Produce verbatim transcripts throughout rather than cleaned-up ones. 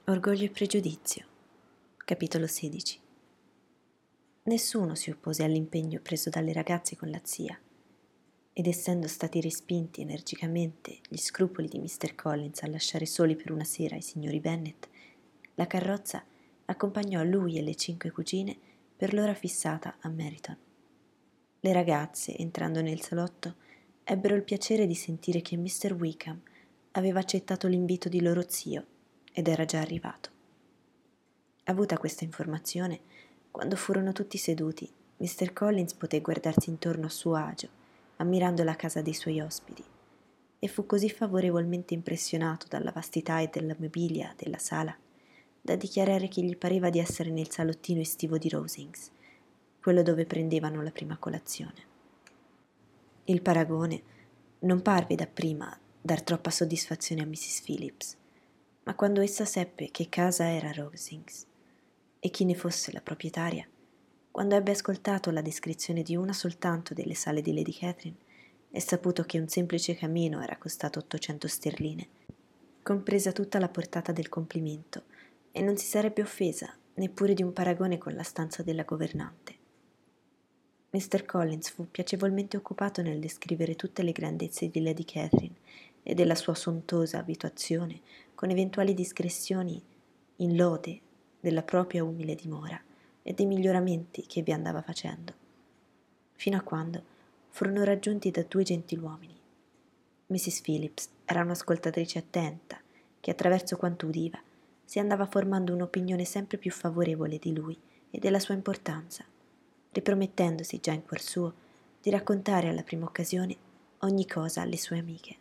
Orgoglio e pregiudizio, capitolo sedici. Nessuno si oppose all'impegno preso dalle ragazze con la zia, ed essendo stati respinti energicamente gli scrupoli di mister Collins a lasciare soli per una sera i signori Bennet, la carrozza accompagnò lui e le cinque cugine per l'ora fissata a Meryton. Le ragazze, entrando nel salotto, ebbero il piacere di sentire che mister Wickham aveva accettato l'invito di loro zio ed era già arrivato. Avuta questa informazione, quando furono tutti seduti, mister Collins poté guardarsi intorno a suo agio, ammirando la casa dei suoi ospiti, e fu così favorevolmente impressionato dalla vastità e della mobilia della sala, da dichiarare che gli pareva di essere nel salottino estivo di Rosings, quello dove prendevano la prima colazione. Il paragone non parve dapprima dar troppa soddisfazione a missis Phillips, ma quando essa seppe che casa era Rosings e chi ne fosse la proprietaria, quando ebbe ascoltato la descrizione di una soltanto delle sale di Lady Catherine e saputo che un semplice camino era costato ottocento sterline, compresa tutta la portata del complimento e non si sarebbe offesa neppure di un paragone con la stanza della governante. mister Collins fu piacevolmente occupato nel descrivere tutte le grandezze di Lady Catherine e della sua sontosa abitazione, con eventuali discrezioni in lode della propria umile dimora e dei miglioramenti che vi andava facendo, fino a quando furono raggiunti da due gentiluomini. missis Phillips era un'ascoltatrice attenta che, attraverso quanto udiva, si andava formando un'opinione sempre più favorevole di lui e della sua importanza, ripromettendosi già in cuor suo di raccontare alla prima occasione ogni cosa alle sue amiche.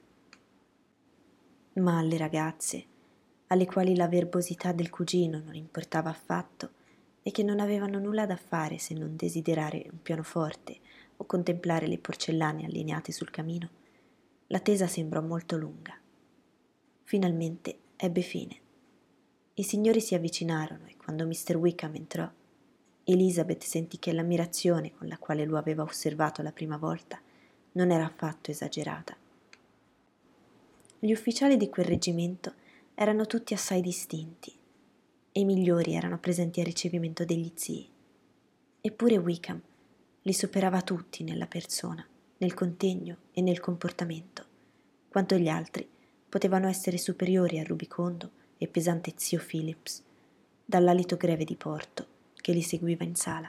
Ma alle ragazze, alle quali la verbosità del cugino non importava affatto e che non avevano nulla da fare se non desiderare un pianoforte o contemplare le porcellane allineate sul camino, l'attesa sembrò molto lunga. Finalmente ebbe fine. I signori si avvicinarono e quando mister Wickham entrò, Elizabeth sentì che l'ammirazione con la quale lo aveva osservato la prima volta non era affatto esagerata. Gli ufficiali di quel reggimento erano tutti assai distinti e i migliori erano presenti al ricevimento degli zii. Eppure Wickham li superava tutti nella persona, nel contegno e nel comportamento, quanto gli altri potevano essere superiori al rubicondo e pesante zio Phillips, dall'alito greve di porto che li seguiva in sala.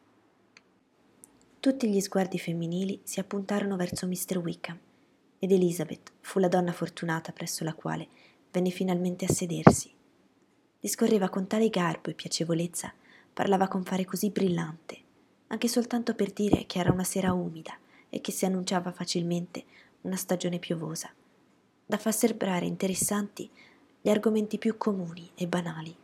Tutti gli sguardi femminili si appuntarono verso mister Wickham ed Elizabeth fu la donna fortunata presso la quale venne finalmente a sedersi. Discorreva con tale garbo e piacevolezza, parlava con fare così brillante, anche soltanto per dire che era una sera umida e che si annunciava facilmente una stagione piovosa, da far sembrare interessanti gli argomenti più comuni e banali.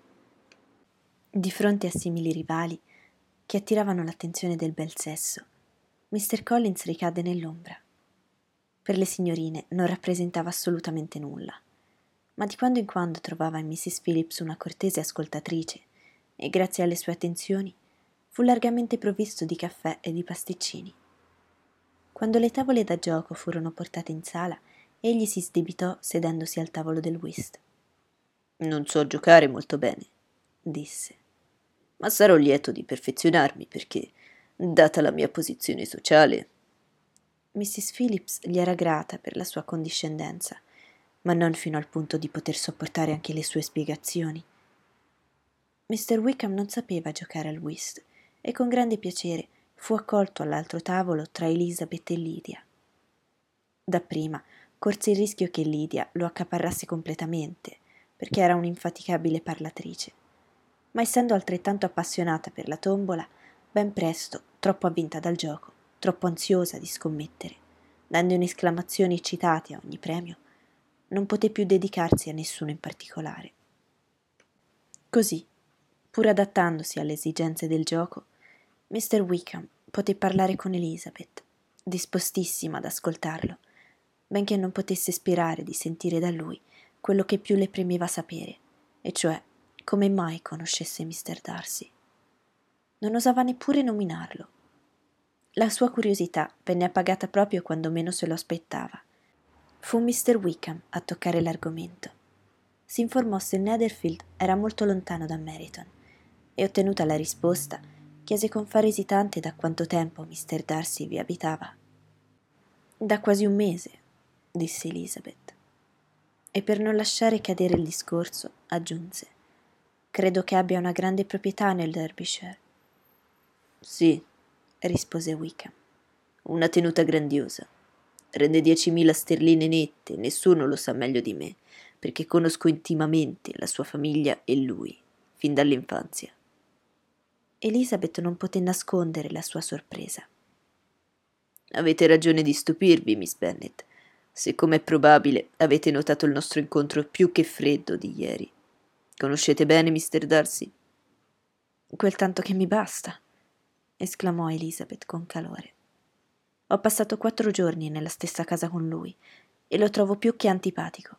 Di fronte a simili rivali, che attiravano l'attenzione del bel sesso, mister Collins ricadde nell'ombra. Per le signorine non rappresentava assolutamente nulla, ma di quando in quando trovava in missis Phillips una cortese ascoltatrice e, grazie alle sue attenzioni, fu largamente provvisto di caffè e di pasticcini. Quando le tavole da gioco furono portate in sala, egli si sdebitò sedendosi al tavolo del whist. «Non so giocare molto bene», disse, «ma sarò lieto di perfezionarmi perché, data la mia posizione sociale...» missis Phillips gli era grata per la sua condiscendenza, ma non fino al punto di poter sopportare anche le sue spiegazioni. mister Wickham non sapeva giocare al whist e con grande piacere fu accolto all'altro tavolo tra Elizabeth e Lydia. Dapprima corse il rischio che Lydia lo accaparrasse completamente, perché era un'infaticabile parlatrice, ma essendo altrettanto appassionata per la tombola, ben presto, troppo avvinta dal gioco, troppo ansiosa di scommettere, dando un'esclamazione eccitata a ogni premio, non poté più dedicarsi a nessuno in particolare. Così, pur adattandosi alle esigenze del gioco, mister Wickham poté parlare con Elizabeth, dispostissima ad ascoltarlo, benché non potesse sperare di sentire da lui quello che più le premeva sapere, e cioè come mai conoscesse mister Darcy. Non osava neppure nominarlo. La sua curiosità venne appagata proprio quando meno se lo aspettava. Fu mister Wickham a toccare l'argomento. si informò se Netherfield era molto lontano da Meryton e, ottenuta la risposta, chiese con fare esitante da quanto tempo mister Darcy vi abitava. Da quasi un mese, disse Elizabeth. E per non lasciare cadere il discorso, aggiunse: credo che abbia una grande proprietà nel Derbyshire. Sì, rispose Wickham. Una tenuta grandiosa. Rende diecimila sterline nette, nessuno lo sa meglio di me, perché conosco intimamente la sua famiglia e lui, fin dall'infanzia. Elizabeth non poté nascondere la sua sorpresa. Avete ragione di stupirvi, Miss Bennet, se, come è probabile, avete notato il nostro incontro più che freddo di ieri. Conoscete bene mister Darcy? Quel tanto che mi basta, esclamò Elizabeth con calore. Ho passato quattro giorni nella stessa casa con lui e lo trovo più che antipatico.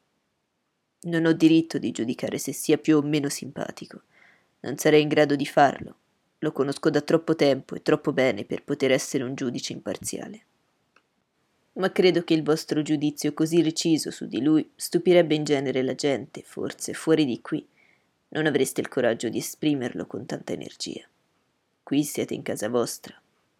Non ho diritto di giudicare se sia più o meno simpatico. Non sarei in grado di farlo. Lo conosco da troppo tempo e troppo bene per poter essere un giudice imparziale. Ma credo che il vostro giudizio così reciso su di lui stupirebbe in genere la gente, forse fuori di qui. Non avreste il coraggio di esprimerlo con tanta energia. Qui siete in casa vostra.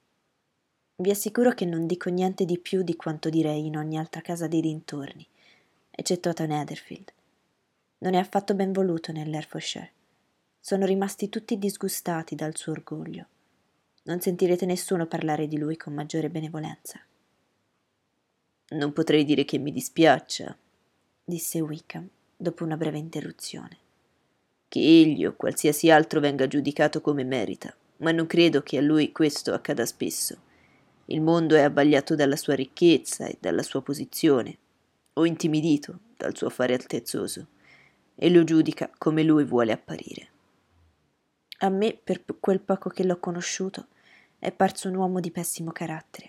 Vi assicuro che non dico niente di più di quanto direi in ogni altra casa dei dintorni, eccettuato Netherfield. Non è affatto ben voluto nell'Herefordshire. Sono rimasti tutti disgustati dal suo orgoglio. Non sentirete nessuno parlare di lui con maggiore benevolenza. Non potrei dire che mi dispiaccia, disse Wickham, dopo una breve interruzione, che egli o qualsiasi altro venga giudicato come merita, ma non credo che a lui questo accada spesso. Il mondo è abbagliato dalla sua ricchezza e dalla sua posizione, o intimidito dal suo fare altezzoso, e lo giudica come lui vuole apparire. A me, per quel poco che l'ho conosciuto, è parso un uomo di pessimo carattere.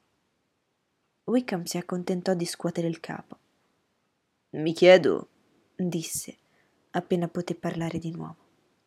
Wickham si accontentò di scuotere il capo. Mi chiedo, disse, appena poté parlare di nuovo,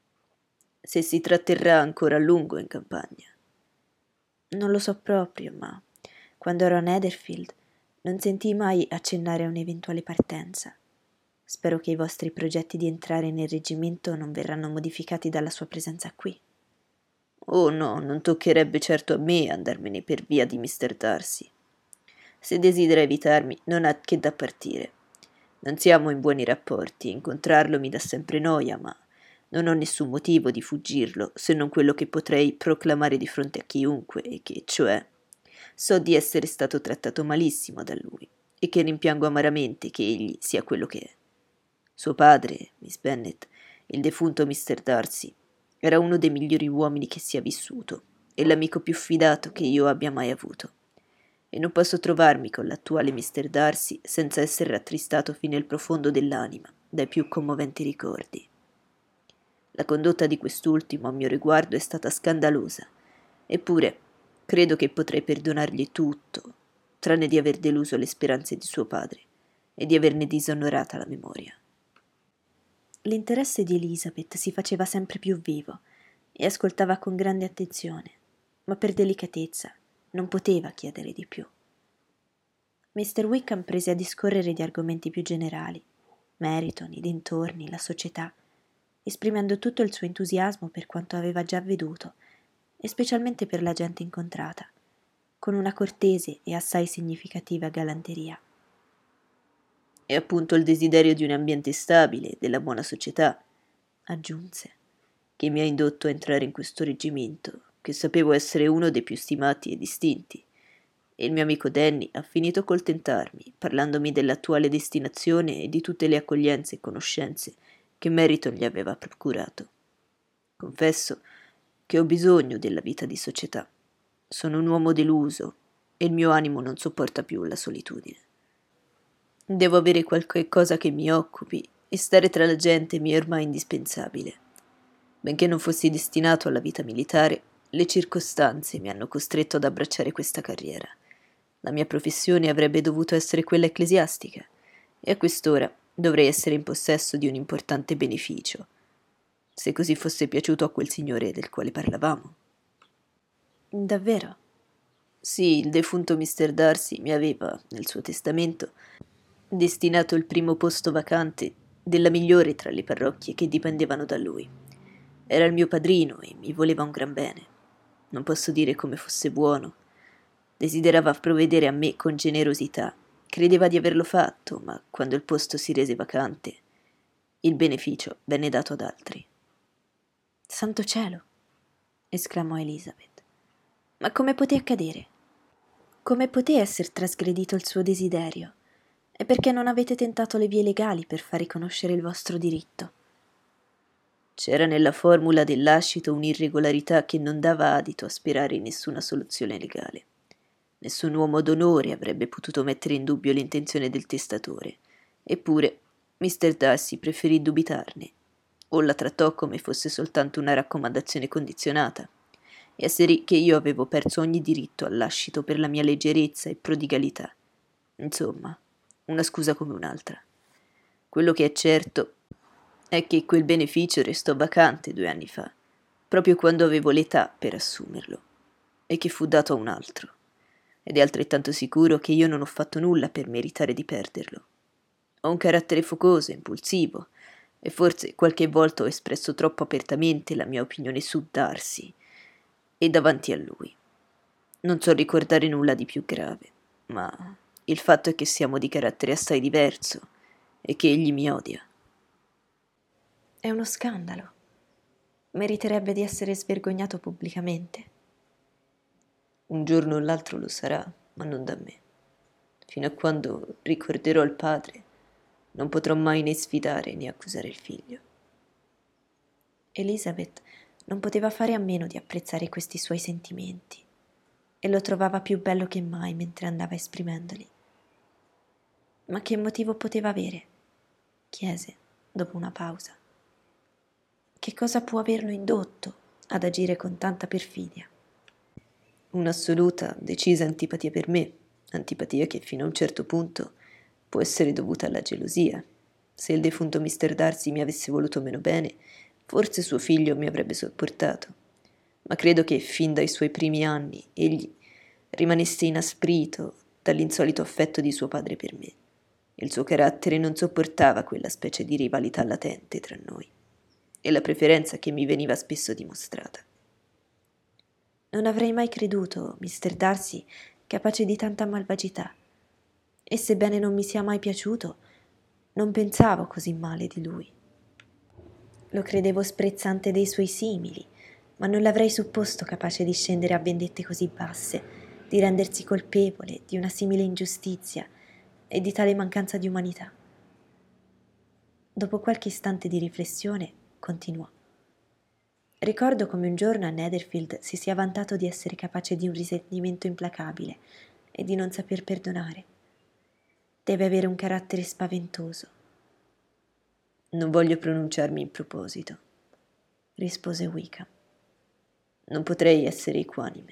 se si tratterrà ancora a lungo in campagna. Non lo so proprio, ma quando ero a Netherfield non sentii mai accennare a un'eventuale partenza. Spero che i vostri progetti di entrare nel reggimento non verranno modificati dalla sua presenza qui. Oh no, non toccherebbe certo a me andarmene per via di mister Darcy. Se desidera evitarmi, non ha che da partire. Non siamo in buoni rapporti, incontrarlo mi dà sempre noia, ma non ho nessun motivo di fuggirlo, se non quello che potrei proclamare di fronte a chiunque, e che, cioè, so di essere stato trattato malissimo da lui, e che rimpiango amaramente che egli sia quello che è. Suo padre, Miss Bennet, il defunto mister Darcy, era uno dei migliori uomini che sia vissuto, e l'amico più fidato che io abbia mai avuto. E non posso trovarmi con l'attuale mister Darcy senza essere rattristato fino al profondo dell'anima dai più commoventi ricordi. La condotta di quest'ultimo a mio riguardo è stata scandalosa, eppure credo che potrei perdonargli tutto, tranne di aver deluso le speranze di suo padre e di averne disonorata la memoria. L'interesse di Elizabeth si faceva sempre più vivo e ascoltava con grande attenzione, ma per delicatezza non poteva chiedere di più. mister Wickham prese a discorrere di argomenti più generali, Meryton, i dintorni, la società, esprimendo tutto il suo entusiasmo per quanto aveva già veduto e specialmente per la gente incontrata, con una cortese e assai significativa galanteria. È appunto il desiderio di un ambiente stabile, della buona società, aggiunse, che mi ha indotto a entrare in questo reggimento, che sapevo essere uno dei più stimati e distinti. E il mio amico Danny ha finito col tentarmi, parlandomi dell'attuale destinazione e di tutte le accoglienze e conoscenze che Meryton gli aveva procurato. Confesso che ho bisogno della vita di società. Sono un uomo deluso e il mio animo non sopporta più la solitudine. Devo avere qualche cosa che mi occupi e stare tra la gente mi è ormai indispensabile. Benché non fossi destinato alla vita militare, le circostanze mi hanno costretto ad abbracciare questa carriera. La mia professione avrebbe dovuto essere quella ecclesiastica e a quest'ora dovrei essere in possesso di un importante beneficio, se così fosse piaciuto a quel signore del quale parlavamo. Davvero? Sì, il defunto mister Darcy mi aveva, nel suo testamento, destinato il primo posto vacante della migliore tra le parrocchie che dipendevano da lui. Era il mio padrino e mi voleva un gran bene. Non posso dire come fosse buono. Desiderava provvedere a me con generosità. Credeva di averlo fatto, ma quando il posto si rese vacante, il beneficio venne dato ad altri. Santo cielo! Esclamò Elizabeth. Ma come poté accadere? Come poté esser trasgredito il suo desiderio? E perché non avete tentato le vie legali per far riconoscere il vostro diritto? C'era nella formula del lascito un'irregolarità che non dava adito a sperare in nessuna soluzione legale. Nessun uomo d'onore avrebbe potuto mettere in dubbio l'intenzione del testatore, eppure mister Darcy preferì dubitarne, o la trattò come fosse soltanto una raccomandazione condizionata, e asserì che io avevo perso ogni diritto al lascito per la mia leggerezza e prodigalità. Insomma, una scusa come un'altra. Quello che è certo è che quel beneficio restò vacante due anni fa, proprio quando avevo l'età per assumerlo, e che fu dato a un altro. Ed è altrettanto sicuro che io non ho fatto nulla per meritare di perderlo. Ho un carattere focoso, impulsivo, e forse qualche volta ho espresso troppo apertamente la mia opinione su Darcy e davanti a lui. Non so ricordare nulla di più grave, ma il fatto è che siamo di carattere assai diverso e che egli mi odia. È uno scandalo. Meriterebbe di essere svergognato pubblicamente. Un giorno o l'altro lo sarà, ma non da me. Fino a quando ricorderò il padre, non potrò mai né sfidare né accusare il figlio. Elizabeth non poteva fare a meno di apprezzare questi suoi sentimenti e lo trovava più bello che mai mentre andava esprimendoli. Ma che motivo poteva avere? Chiese dopo una pausa. Che cosa può averlo indotto ad agire con tanta perfidia? Un'assoluta, decisa antipatia per me, antipatia che fino a un certo punto può essere dovuta alla gelosia. Se il defunto mister Darcy mi avesse voluto meno bene, forse suo figlio mi avrebbe sopportato. Ma credo che fin dai suoi primi anni egli rimanesse inasprito dall'insolito affetto di suo padre per me. Il suo carattere non sopportava quella specie di rivalità latente tra noi e la preferenza che mi veniva spesso dimostrata. Non avrei mai creduto mister Darcy capace di tanta malvagità, e sebbene non mi sia mai piaciuto, non pensavo così male di lui. Lo credevo sprezzante dei suoi simili, ma non l'avrei supposto capace di scendere a vendette così basse, di rendersi colpevole di una simile ingiustizia e di tale mancanza di umanità. Dopo qualche istante di riflessione, continuò. Ricordo come un giorno a Netherfield si sia vantato di essere capace di un risentimento implacabile e di non saper perdonare. Deve avere un carattere spaventoso. Non voglio pronunciarmi in proposito, rispose Wickham. Non potrei essere equanime.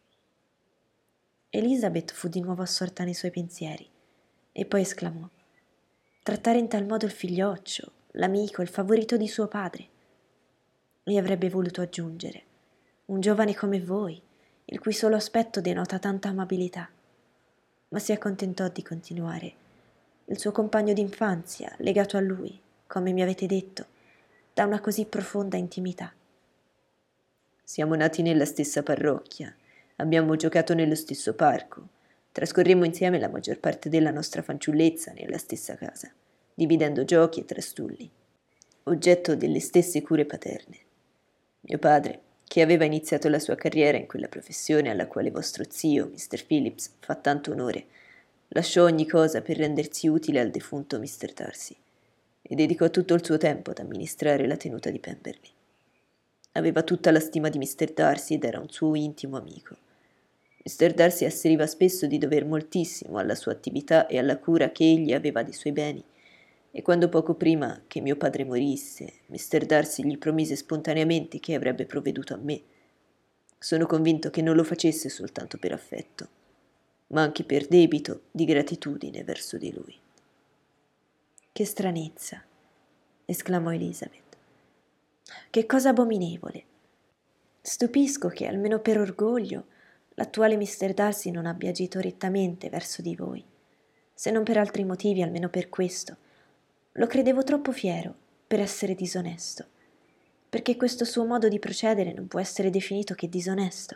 Elizabeth fu di nuovo assorta nei suoi pensieri e poi esclamò: trattare in tal modo il figlioccio, l'amico, il favorito di suo padre. E avrebbe voluto aggiungere: un giovane come voi, il cui solo aspetto denota tanta amabilità. Ma si accontentò di continuare: il suo compagno d'infanzia, legato a lui, come mi avete detto, da una così profonda intimità. Siamo nati nella stessa parrocchia, abbiamo giocato nello stesso parco, trascorremmo insieme la maggior parte della nostra fanciullezza nella stessa casa, dividendo giochi e trastulli, oggetto delle stesse cure paterne. Mio padre, che aveva iniziato la sua carriera in quella professione alla quale vostro zio, mister Phillips, fa tanto onore, lasciò ogni cosa per rendersi utile al defunto mister Darcy e dedicò tutto il suo tempo ad amministrare la tenuta di Pemberley. Aveva tutta la stima di mister Darcy ed era un suo intimo amico. mister Darcy asseriva spesso di dover moltissimo alla sua attività e alla cura che egli aveva dei suoi beni, e quando poco prima che mio padre morisse, mister Darcy gli promise spontaneamente che avrebbe provveduto a me, sono convinto che non lo facesse soltanto per affetto, ma anche per debito di gratitudine verso di lui. Che stranezza! Esclamò Elizabeth. Che cosa abominevole! Stupisco che, almeno per orgoglio, l'attuale mister Darcy non abbia agito rettamente verso di voi. Se non per altri motivi, almeno per questo. Lo credevo troppo fiero per essere disonesto, perché questo suo modo di procedere non può essere definito che disonesto.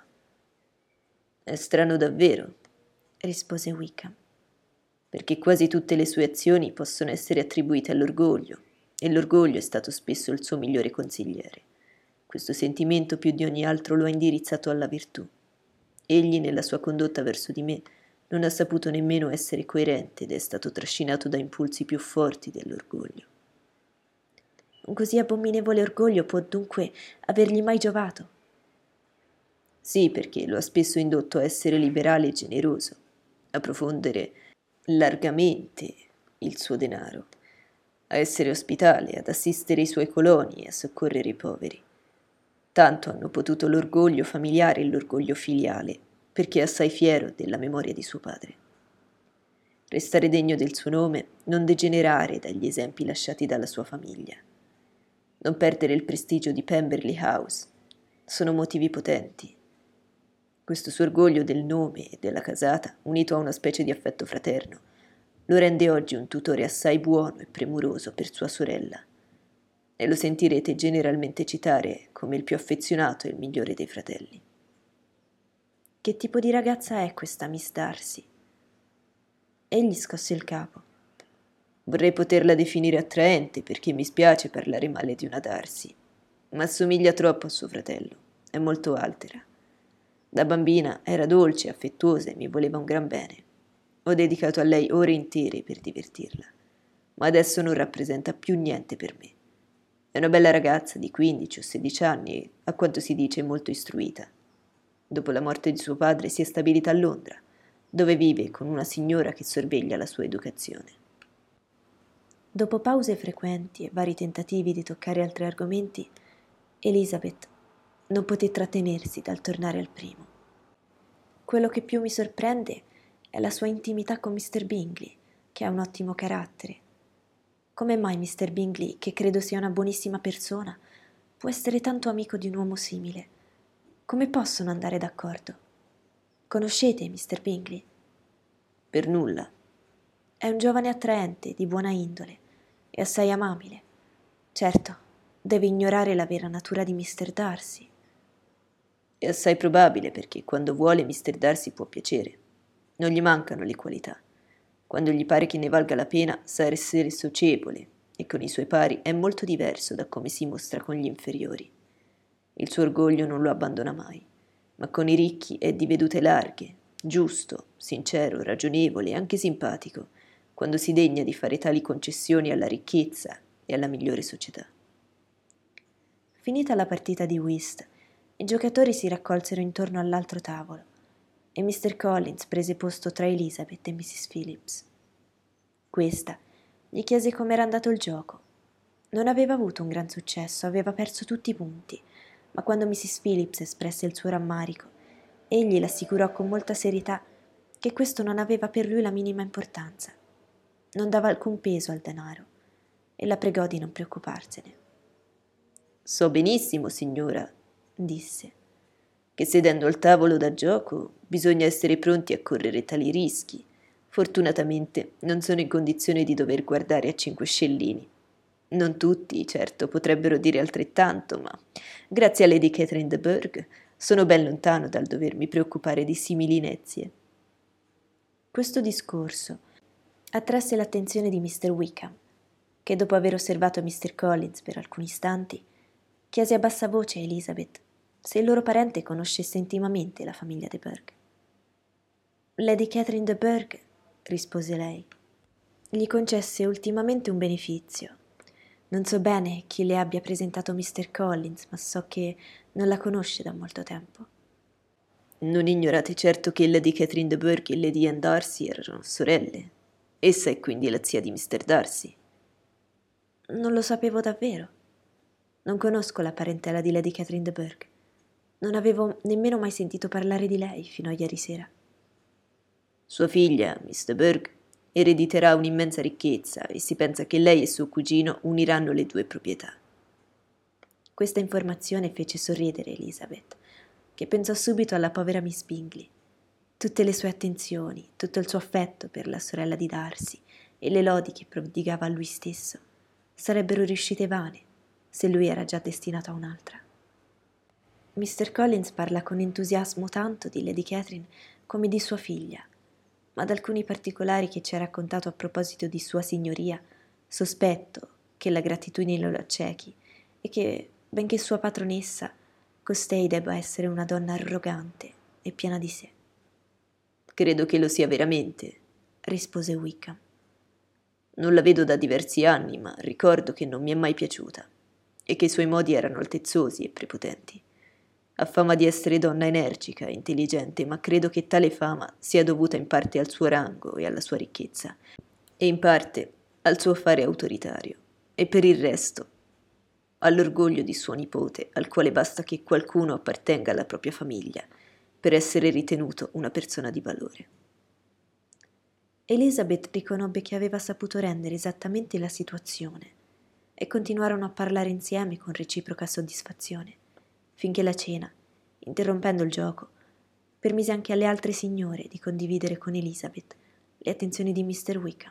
È strano davvero, rispose Wickham, perché quasi tutte le sue azioni possono essere attribuite all'orgoglio, e l'orgoglio è stato spesso il suo migliore consigliere. Questo sentimento più di ogni altro lo ha indirizzato alla virtù. Egli, nella sua condotta verso di me, non ha saputo nemmeno essere coerente ed è stato trascinato da impulsi più forti dell'orgoglio. Un così abominevole orgoglio può dunque avergli mai giovato? Sì, perché lo ha spesso indotto a essere liberale e generoso, a profondere largamente il suo denaro, a essere ospitale, ad assistere i suoi coloni e a soccorrere i poveri. Tanto hanno potuto l'orgoglio familiare e l'orgoglio filiale, perché è assai fiero della memoria di suo padre. Restare degno del suo nome, non degenerare dagli esempi lasciati dalla sua famiglia. Non perdere il prestigio di Pemberley House, sono motivi potenti. Questo suo orgoglio del nome e della casata, unito a una specie di affetto fraterno, lo rende oggi un tutore assai buono e premuroso per sua sorella, e lo sentirete generalmente citare come il più affezionato e il migliore dei fratelli. Che tipo di ragazza è questa Miss Darcy? Egli scosse il capo. Vorrei poterla definire attraente, perché mi spiace parlare male di una Darcy, ma assomiglia troppo a suo fratello, è molto altera. Da bambina era dolce, affettuosa e mi voleva un gran bene. Ho dedicato a lei ore intere per divertirla, ma adesso non rappresenta più niente per me. È una bella ragazza di quindici o sedici anni e, a quanto si dice, molto istruita. Dopo la morte di suo padre si è stabilita a Londra, dove vive con una signora che sorveglia la sua educazione. Dopo pause frequenti e vari tentativi di toccare altri argomenti, Elizabeth non poté trattenersi dal tornare al primo. Quello che più mi sorprende è la sua intimità con mister Bingley, che ha un ottimo carattere. Come mai mister Bingley, che credo sia una buonissima persona, può essere tanto amico di un uomo simile? Come possono andare d'accordo? Conoscete mister Bingley? Per nulla. È un giovane attraente, di buona indole e assai amabile. Certo, deve ignorare la vera natura di mister Darcy. È assai probabile, perché quando vuole mister Darcy può piacere. Non gli mancano le qualità. Quando gli pare che ne valga la pena, sa essere socievole, e con i suoi pari è molto diverso da come si mostra con gli inferiori. Il suo orgoglio non lo abbandona mai, ma con i ricchi è di vedute larghe, giusto, sincero, ragionevole e anche simpatico, quando si degna di fare tali concessioni alla ricchezza e alla migliore società. Finita la partita di whist, i giocatori si raccolsero intorno all'altro tavolo e mister Collins prese posto tra Elizabeth e missus Phillips. Questa gli chiese com'era andato il gioco. Non aveva avuto un gran successo, aveva perso tutti i punti, ma quando missus Phillips espresse il suo rammarico, egli l'assicurò con molta serietà che questo non aveva per lui la minima importanza. Non dava alcun peso al denaro e la pregò di non preoccuparsene. So benissimo, signora, disse, che sedendo al tavolo da gioco bisogna essere pronti a correre tali rischi. Fortunatamente non sono in condizione di dover guardare a cinque scellini. Non tutti, certo, potrebbero dire altrettanto, ma grazie a Lady Catherine de Bourgh sono ben lontano dal dovermi preoccupare di simili inezie. Questo discorso attrasse l'attenzione di mister Wickham, che dopo aver osservato mister Collins per alcuni istanti, chiese a bassa voce a Elizabeth se il loro parente conoscesse intimamente la famiglia de Bourgh. Lady Catherine de Bourgh, rispose lei, gli concesse ultimamente un benefizio. Non so bene chi le abbia presentato mister Collins, ma so che non la conosce da molto tempo. Non ignorate certo che Lady Catherine de Bourgh e Lady Anne Darcy erano sorelle. Essa è quindi la zia di mister Darcy. Non lo sapevo davvero. Non conosco la parentela di Lady Catherine de Bourgh. Non avevo nemmeno mai sentito parlare di lei fino a ieri sera. Sua figlia, miss de Bourgh, erediterà un'immensa ricchezza e si pensa che lei e suo cugino uniranno le due proprietà. Questa informazione fece sorridere Elizabeth, che pensò subito alla povera Miss Bingley. Tutte le sue attenzioni, tutto il suo affetto per la sorella di Darcy e le lodi che prodigava a lui stesso sarebbero riuscite vane se lui era già destinato a un'altra. mister Collins parla con entusiasmo tanto di Lady Catherine come di sua figlia, ma da alcuni particolari che ci ha raccontato a proposito di sua signoria, sospetto che la gratitudine lo accechi e che, benché sua patronessa, costei debba essere una donna arrogante e piena di sé. Credo che lo sia veramente, rispose Wickham. Non la vedo da diversi anni, ma ricordo che non mi è mai piaciuta e che i suoi modi erano altezzosi e prepotenti. Ha fama di essere donna energica e intelligente, ma credo che tale fama sia dovuta in parte al suo rango e alla sua ricchezza, e in parte al suo fare autoritario, e per il resto all'orgoglio di suo nipote, al quale basta che qualcuno appartenga alla propria famiglia per essere ritenuto una persona di valore. Elizabeth riconobbe che aveva saputo rendere esattamente la situazione e continuarono a parlare insieme con reciproca soddisfazione, finché la cena, interrompendo il gioco, permise anche alle altre signore di condividere con Elizabeth le attenzioni di mister Wickham.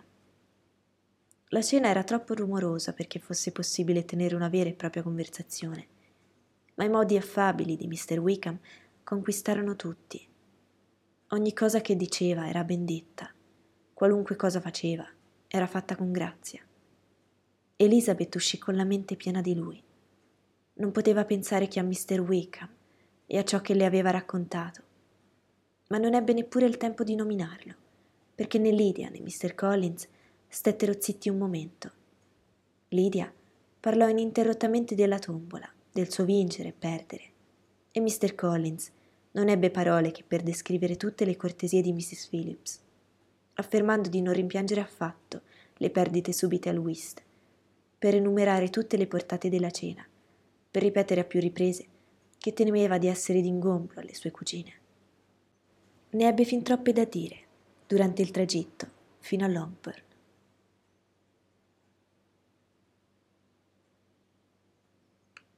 La cena era troppo rumorosa perché fosse possibile tenere una vera e propria conversazione, ma i modi affabili di mister Wickham conquistarono tutti. Ogni cosa che diceva era ben detta, qualunque cosa faceva era fatta con grazia. Elizabeth uscì con la mente piena di lui. Non poteva pensare che a mister Wickham e a ciò che le aveva raccontato, ma non ebbe neppure il tempo di nominarlo, perché né Lydia né mister Collins stettero zitti un momento. Lydia parlò ininterrottamente della tombola, del suo vincere e perdere, e mister Collins non ebbe parole che per descrivere tutte le cortesie di missus Phillips, affermando di non rimpiangere affatto le perdite subite al whist, per enumerare tutte le portate della cena, per ripetere a più riprese che temeva di essere d'ingombro alle sue cugine. Ne ebbe fin troppe da dire durante il tragitto fino a Longbourn.